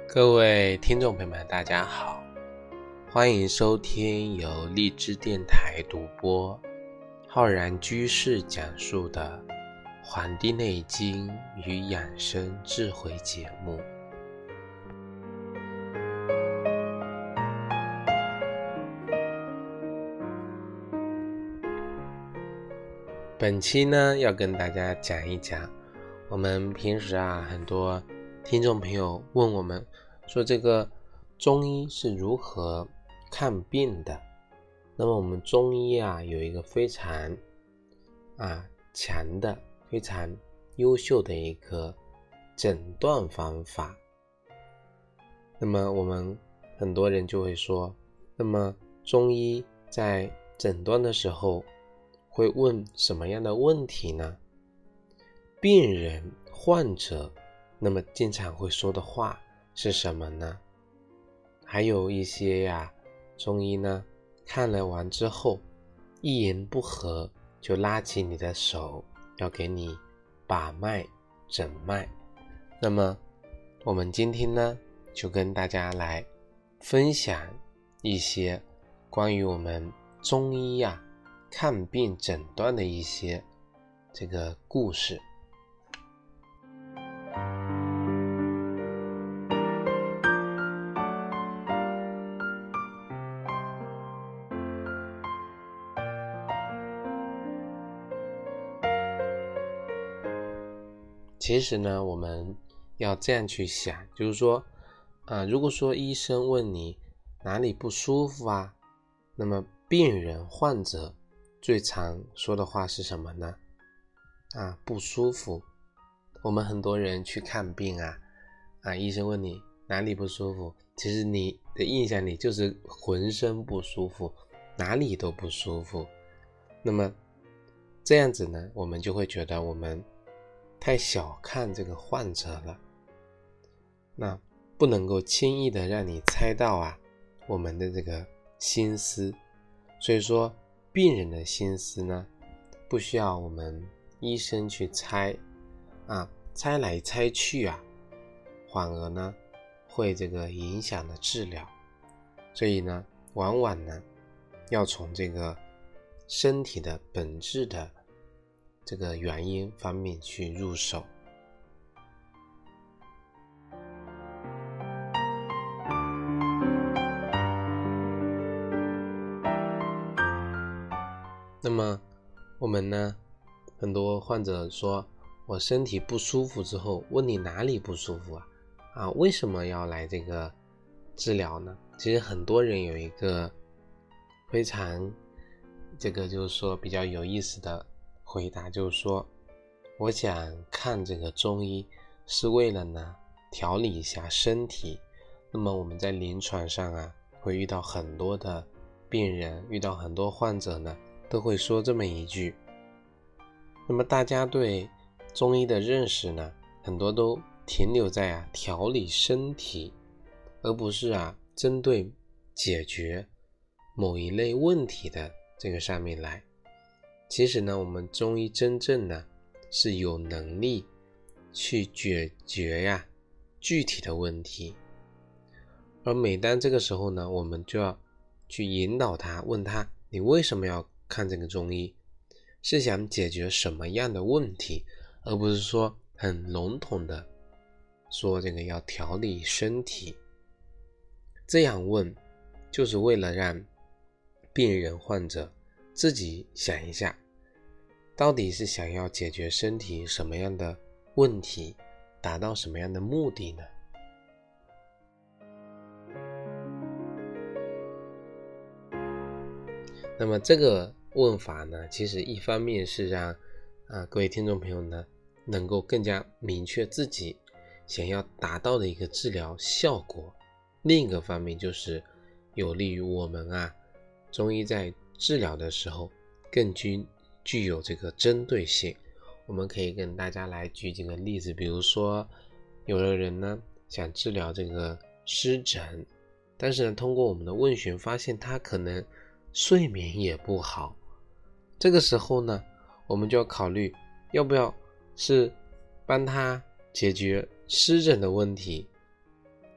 各位听众朋友们，大家好，欢迎收听由荔枝电台独播、浩然居士讲述的《黄帝内经与养生智慧》节目。本期呢，要跟大家讲一讲我们平时很多听众朋友问我们说，这个中医是如何看病的。那么我们中医有一个非常强的、非常优秀的一个诊断方法。那么我们很多人就会说，那么中医在诊断的时候会问什么样的问题呢？病人、患者那么经常会说的话是什么呢？还有一些中医呢，看了完之后一言不合就拉起你的手要给你把脉诊脉。那么我们今天呢，就跟大家来分享一些关于我们中医看病诊断的一些这个故事。其实呢，我们要这样去想，就是说如果说医生问你哪里不舒服那么病人、患者最常说的话是什么呢？不舒服。我们很多人去看病医生问你哪里不舒服，其实你的印象里就是浑身不舒服，哪里都不舒服。那么这样子呢，我们就会觉得我们太小看这个患者了，那不能够轻易的让你猜到我们的这个心思。所以说病人的心思呢，不需要我们医生去猜猜来猜去反而呢会这个影响了治疗。所以呢，往往呢要从这个身体的本质的这个原因方面去入手。那么我们呢，很多患者说我身体不舒服之后，问你哪里不舒服为什么要来这个治疗呢？其实很多人有一个非常这个就是说比较有意思的回答，就是说我想看这个中医是为了呢调理一下身体。那么我们在临床上会遇到很多的病人，遇到很多患者呢都会说这么一句。那么大家对中医的认识呢，很多都停留在调理身体，而不是针对解决某一类问题的这个上面来。其实呢，我们中医真正呢是有能力去解决具体的问题，而每当这个时候呢，我们就要去引导他，问他你为什么要看这个中医，是想解决什么样的问题，而不是说很笼统的说这个要调理身体。这样问就是为了让病人患者自己想一下，到底是想要解决身体什么样的问题，达到什么样的目的呢？那么这个问法呢，其实一方面是让各位听众朋友呢能够更加明确自己想要达到的一个治疗效果，另一个方面就是有利于我们中医在治疗的时候更具有这个针对性。我们可以跟大家来举几个例子，比如说有的人呢想治疗这个湿疹，但是呢通过我们的问询发现他可能睡眠也不好，这个时候呢我们就要考虑要不要是帮他解决湿疹的问题，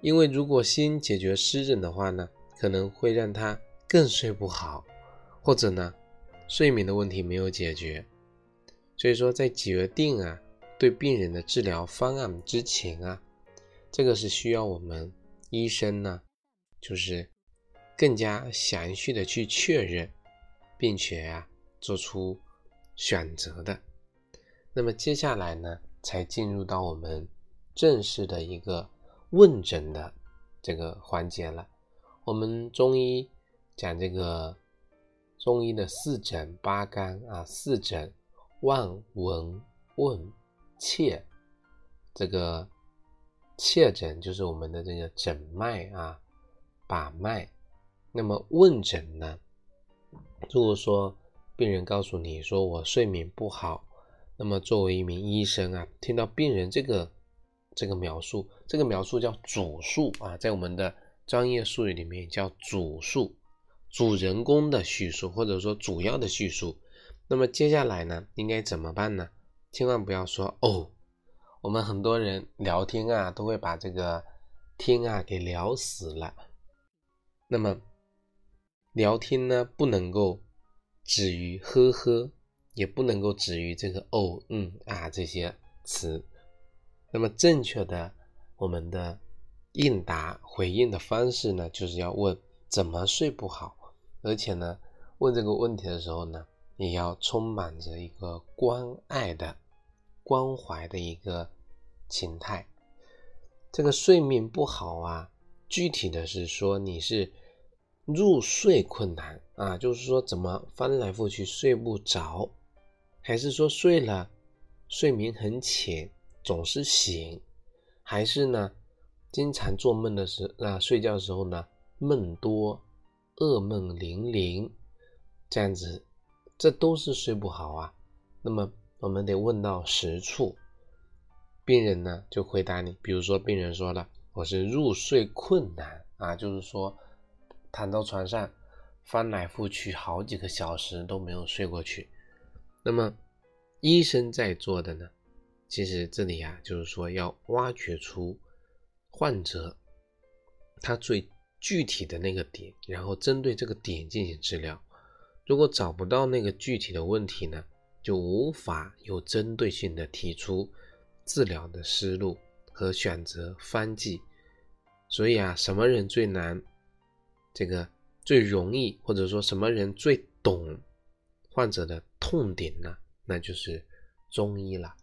因为如果先解决湿疹的话呢，可能会让他更睡不好，或者呢睡眠的问题没有解决。所以说在决定对病人的治疗方案之前这个是需要我们医生呢就是更加详细的去确认，并且做出选择的。那么接下来呢才进入到我们正式的一个问诊的这个环节了。我们中医讲这个中医的四诊八纲四诊望闻问切，这个切诊就是我们的这个诊脉把脉。那么问诊呢，如果说病人告诉你说我睡眠不好，那么作为一名医生听到病人这个描述，这个描述叫主述在我们的专业术语里面叫主述，主人公的叙述，或者说主要的叙述。那么接下来呢应该怎么办呢？千万不要说我们很多人聊天都会把这个天给聊死了。那么聊天呢不能够止于呵呵，也不能够止于这个这些词。那么正确的我们的应答回应的方式呢，就是要问怎么睡不好，而且呢问这个问题的时候呢，也要充满着一个关爱的关怀的一个情态。这个睡眠不好具体的是说你是入睡困难就是说怎么翻来覆去睡不着，还是说睡了睡眠很浅总是醒，还是呢经常做梦的时候睡觉的时候呢梦多噩梦连连这样子，这都是睡不好那么我们得问到实处。病人呢就回答你，比如说病人说了我是入睡困难就是说躺到床上翻来覆去好几个小时都没有睡过去。那么医生在做的呢，其实这里就是说要挖掘出患者他最具体的那个点，然后针对这个点进行治疗。如果找不到那个具体的问题呢，就无法有针对性的提出治疗的思路和选择方剂。所以什么人最难，这个最容易，或者说什么人最懂患者的痛点呢？那就是中医了。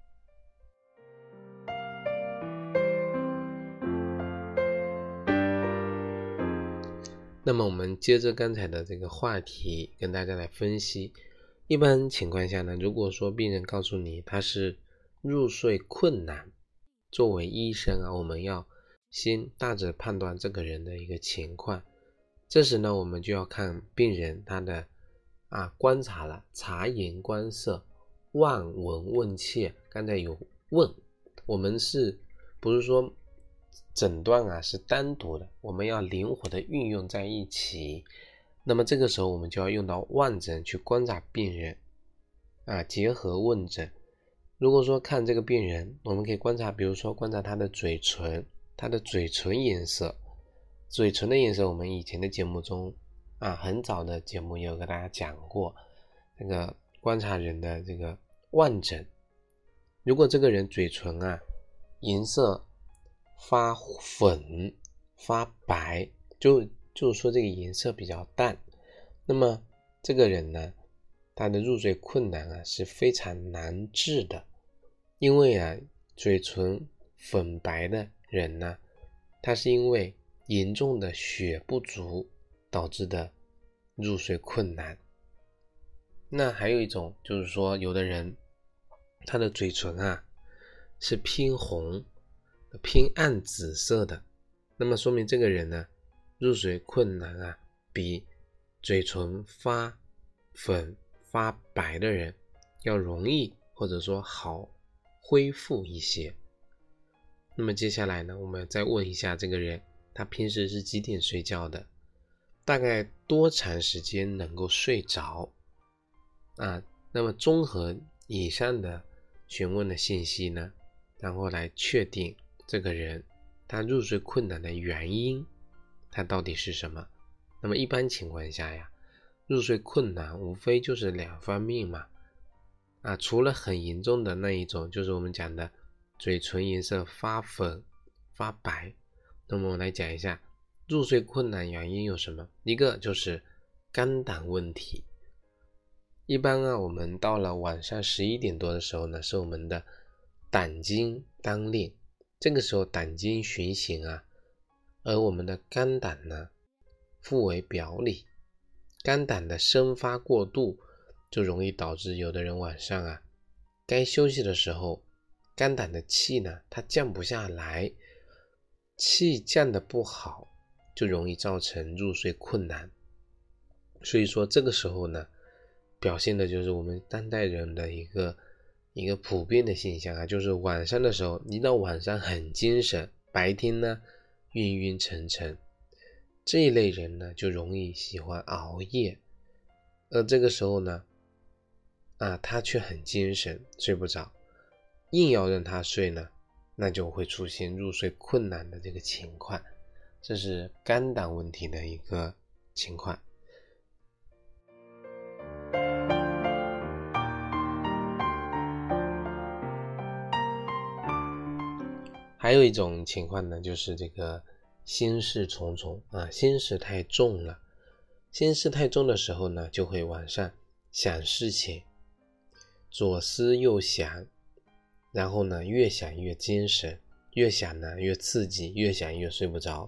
那么我们接着刚才的这个话题跟大家来分析。一般情况下呢，如果说病人告诉你他是入睡困难，作为医生我们要先大致判断这个人的一个情况。这时呢我们就要看病人他的观察了，察言观色，望闻问切。刚才有问，我们不是说诊断是单独的，我们要灵活的运用在一起。那么这个时候我们就要用到望诊去观察病人结合问诊。如果说看这个病人，我们可以观察，比如说观察他的嘴唇，他的嘴唇颜色。嘴唇的颜色我们以前的节目中很早的节目也有跟大家讲过，这个观察人的这个望诊。如果这个人嘴唇颜色发粉发白，就是说这个颜色比较淡，那么这个人呢他的入睡困难是非常难治的。因为嘴唇粉白的人呢，他是因为严重的血不足导致的入睡困难。那还有一种就是说，有的人他的嘴唇是偏红偏暗紫色的，那么说明这个人呢入睡困难比嘴唇发粉发白的人要容易，或者说好恢复一些。那么接下来呢，我们再问一下这个人他平时是几点睡觉的，大概多长时间能够睡着那么综合以上的询问的信息呢，然后来确定这个人他入睡困难的原因，它到底是什么。那么一般情况下呀，入睡困难无非就是两方面嘛。除了很严重的那一种，就是我们讲的嘴唇颜色发粉、发白。那么我们来讲一下入睡困难原因有什么。一个就是肝胆问题。一般我们到了晚上11点多的时候呢，是我们的胆经当令，这个时候胆经循行而我们的肝胆呢复为表里，肝胆的生发过度，就容易导致有的人晚上该休息的时候，肝胆的气呢它降不下来，气降的不好，就容易造成入睡困难。所以说这个时候呢，表现的就是我们当代人的一个普遍的现象就是晚上的时候，一到晚上很精神，白天呢晕晕沉沉。这一类人呢就容易喜欢熬夜，而这个时候呢他却很精神，睡不着，硬要让他睡呢，那就会出现入睡困难的这个情况。这是肝胆问题的一个情况。还有一种情况呢，就是这个心事重重心事太重了。心事太重的时候呢，就会晚上想事情，左思右想，然后呢越想越精神，越想呢越刺激，越想越睡不着，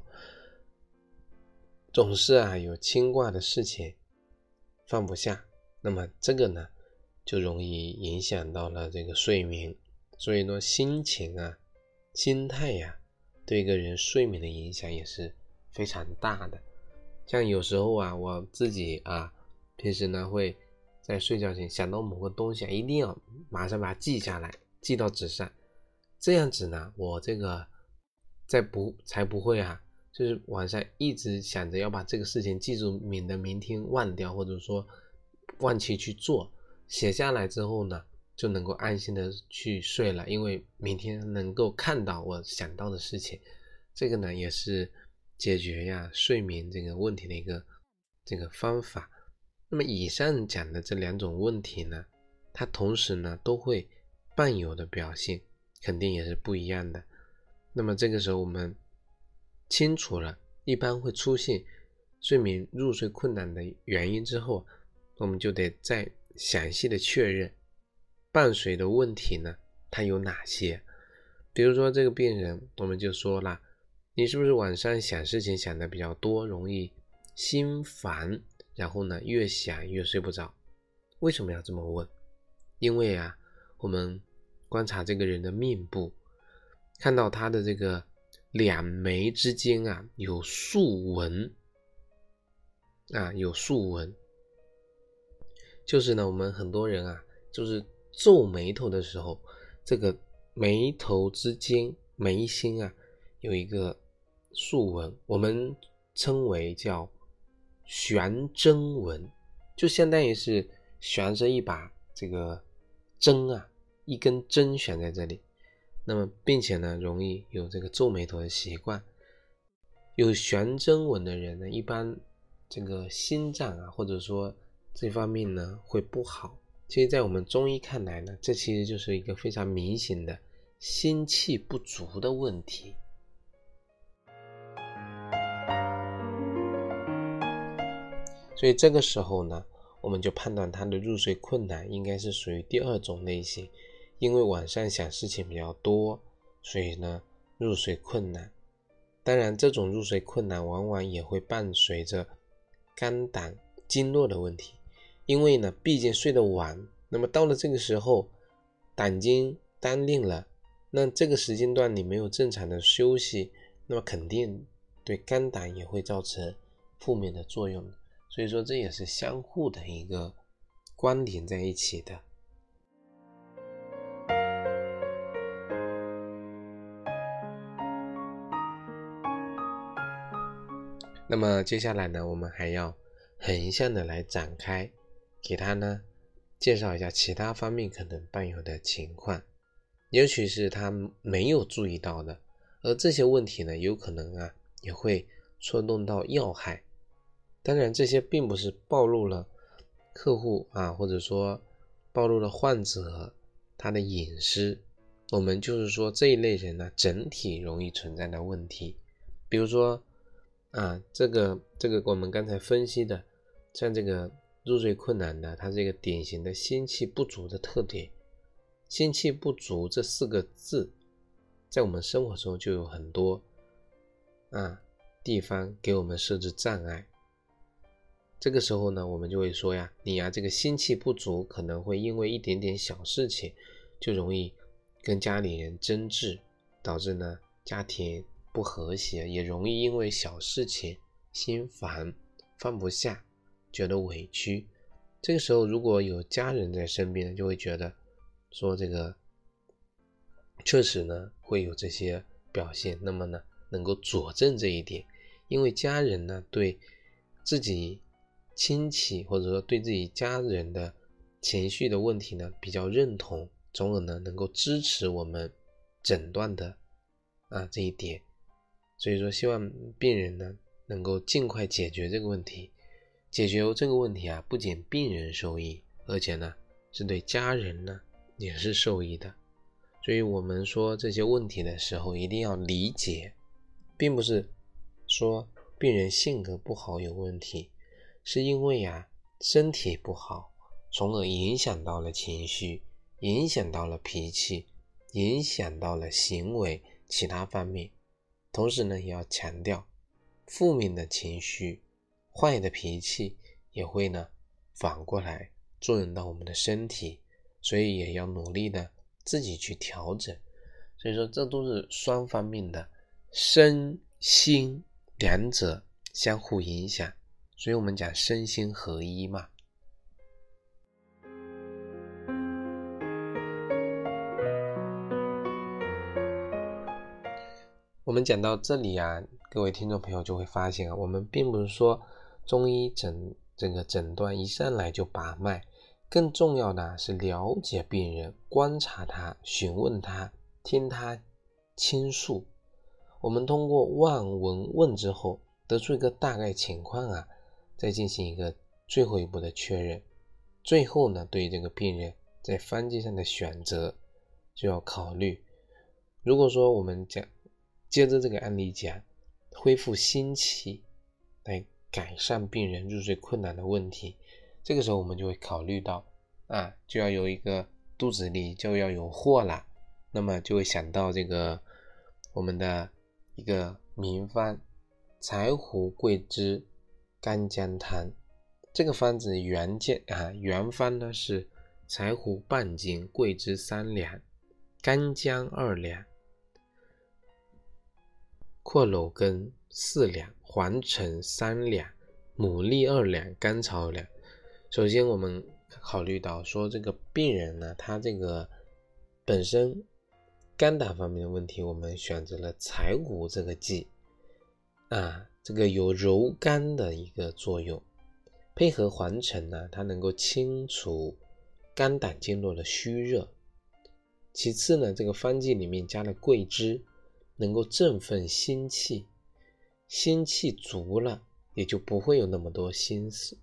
总是有牵挂的事情放不下。那么这个呢就容易影响到了这个睡眠。所以呢心情心态对一个人睡眠的影响也是非常大的。像有时候我自己平时呢会在睡觉前想到某个东西一定要马上把它记下来，记到纸上，这样子呢我这个才不会就是晚上一直想着要把这个事情记住，免得明天忘掉，或者说忘记去做。写下来之后呢就能够安心的去睡了，因为明天能够看到我想到的事情。这个呢也是解决睡眠这个问题的一个这个方法。那么以上讲的这两种问题呢，它同时呢都会伴有的表现肯定也是不一样的。那么这个时候我们清楚了一般会出现睡眠入睡困难的原因之后，我们就得再详细的确认伴随的问题呢它有哪些。比如说这个病人，我们就说了，你是不是晚上想事情想的比较多，容易心烦，然后呢越想越睡不着。为什么要这么问？因为我们观察这个人的面部，看到他的这个两眉之间有竖纹有竖纹，就是呢我们很多人就是皱眉头的时候，这个眉头之间眉心有一个竖纹，我们称为叫悬针纹，就相当于是悬着一把这个针一根针悬在这里。那么并且呢容易有这个皱眉头的习惯。有悬针纹的人呢，一般这个心脏或者说这方面呢会不好。其实在我们中医看来呢，这其实就是一个非常明显的心气不足的问题。所以这个时候呢，我们就判断他的入睡困难应该是属于第二种类型，因为晚上想事情比较多，所以呢入睡困难。当然这种入睡困难往往也会伴随着肝胆经络的问题，因为呢毕竟睡得晚，那么到了这个时候胆经当令了，那这个时间段你没有正常的休息，那么肯定对肝胆也会造成负面的作用。所以说这也是相互的一个关联在一起的。那么接下来呢，我们还要横向的来展开，给他呢介绍一下其他方面可能伴有的情况，尤其是他没有注意到的， 而这些问题呢，有可能也会戳动到要害。当然这些并不是暴露了客户或者说暴露了患者他的隐私，我们就是说这一类人呢整体容易存在的问题。比如说这个我们刚才分析的，像这个入睡困难的，它是一个典型的心气不足的特点。心气不足这4个字在我们生活中就有很多地方给我们设置障碍。这个时候呢，我们就会说你这个心气不足，可能会因为一点点小事情就容易跟家里人争执，导致呢家庭不和谐，也容易因为小事情心烦放不下，觉得委屈。这个时候如果有家人在身边，就会觉得说这个确实呢会有这些表现，那么呢能够佐证这一点。因为家人呢对自己亲戚或者说对自己家人的情绪的问题呢比较认同，从而呢能够支持我们诊断的这一点。所以说希望病人呢能够尽快解决这个问题。解决这个问题不仅病人受益，而且呢是对家人呢也是受益的。所以我们说这些问题的时候一定要理解，并不是说病人性格不好有问题，是因为身体不好，从而影响到了情绪，影响到了脾气，影响到了行为其他方面。同时呢也要强调，负面的情绪坏的脾气也会呢反过来作用到我们的身体，所以也要努力的自己去调整。所以说这都是双方面的，身心两者相互影响，所以我们讲身心合一嘛。我们讲到这里各位听众朋友就会发现我们并不是说中医这个诊断一上来就把脉，更重要的是了解病人，观察他，询问他，听他倾诉。我们通过望闻问之后得出一个大概情况再进行一个最后一步的确认。最后呢对这个病人在方剂上的选择就要考虑，如果说我们接着这个案例讲恢复心气来改善病人入睡困难的问题，这个时候我们就会考虑到就要有一个肚子里就要有货了，那么就会想到这个我们的一个名方柴胡桂枝干姜汤。这个方子原方呢是柴胡半斤，桂枝3两，干姜2两，阔蒌根4两，黄陈3两，牡蛎2两，甘草2两。首先我们考虑到说这个病人呢，他这个本身肝胆方面的问题，我们选择了柴胡这个剂这个有柔肝的一个作用，配合黄陈呢，它能够清除肝胆经络的虚热。其次呢，这个方剂里面加了桂枝，能够振奋心气，心气足了也就不会有那么多心事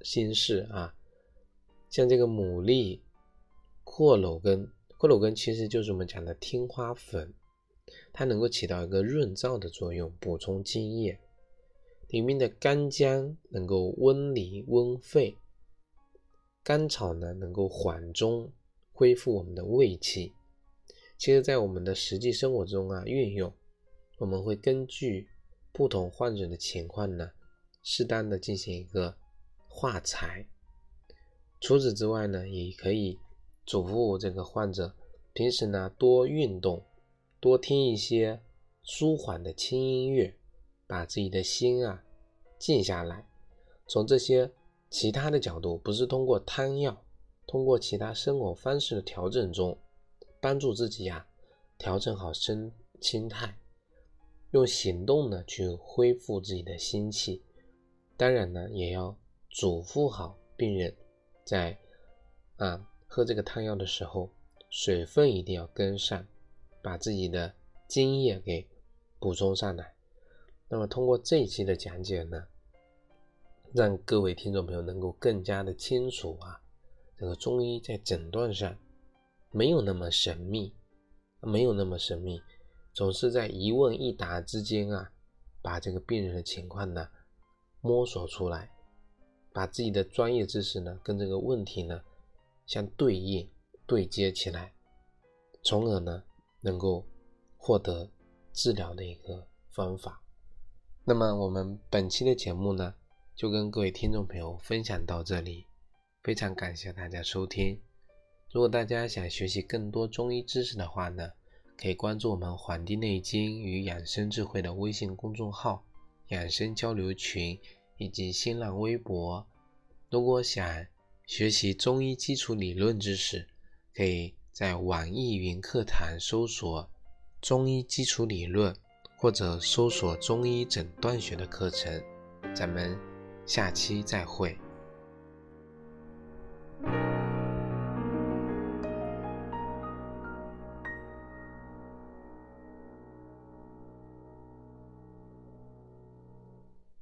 像这个牡蛎、阔蒌根其实就是我们讲的听花粉，它能够起到一个润燥的作用，补充津液。里面的干姜能够温里温肺，甘草呢能够缓中恢复我们的胃气。其实在我们的实际生活中运用，我们会根据不同患者的情况呢，适当的进行一个化裁。除此之外呢，也可以嘱咐这个患者平时呢多运动，多听一些舒缓的轻音乐，把自己的心静下来。从这些其他的角度，不是通过汤药，通过其他生活方式的调整中，帮助自己调整好心态，用行动呢去恢复自己的心气。当然呢也要嘱咐好病人在喝这个汤药的时候，水分一定要跟上，把自己的津液给补充上来。那么通过这一期的讲解呢，让各位听众朋友能够更加的清楚这个中医在诊断上没有那么神秘，总是在一问一答之间把这个病人的情况呢摸索出来，把自己的专业知识呢跟这个问题呢相对应对接起来，从而呢能够获得治疗的一个方法。那么我们本期的节目呢就跟各位听众朋友分享到这里，非常感谢大家收听。如果大家想学习更多中医知识的话呢，可以关注我们黄帝内经与养生智慧的微信公众号、养生交流群以及新浪微博。如果想学习中医基础理论知识，可以在网易云课堂搜索中医基础理论，或者搜索中医诊断学的课程。咱们下期再会。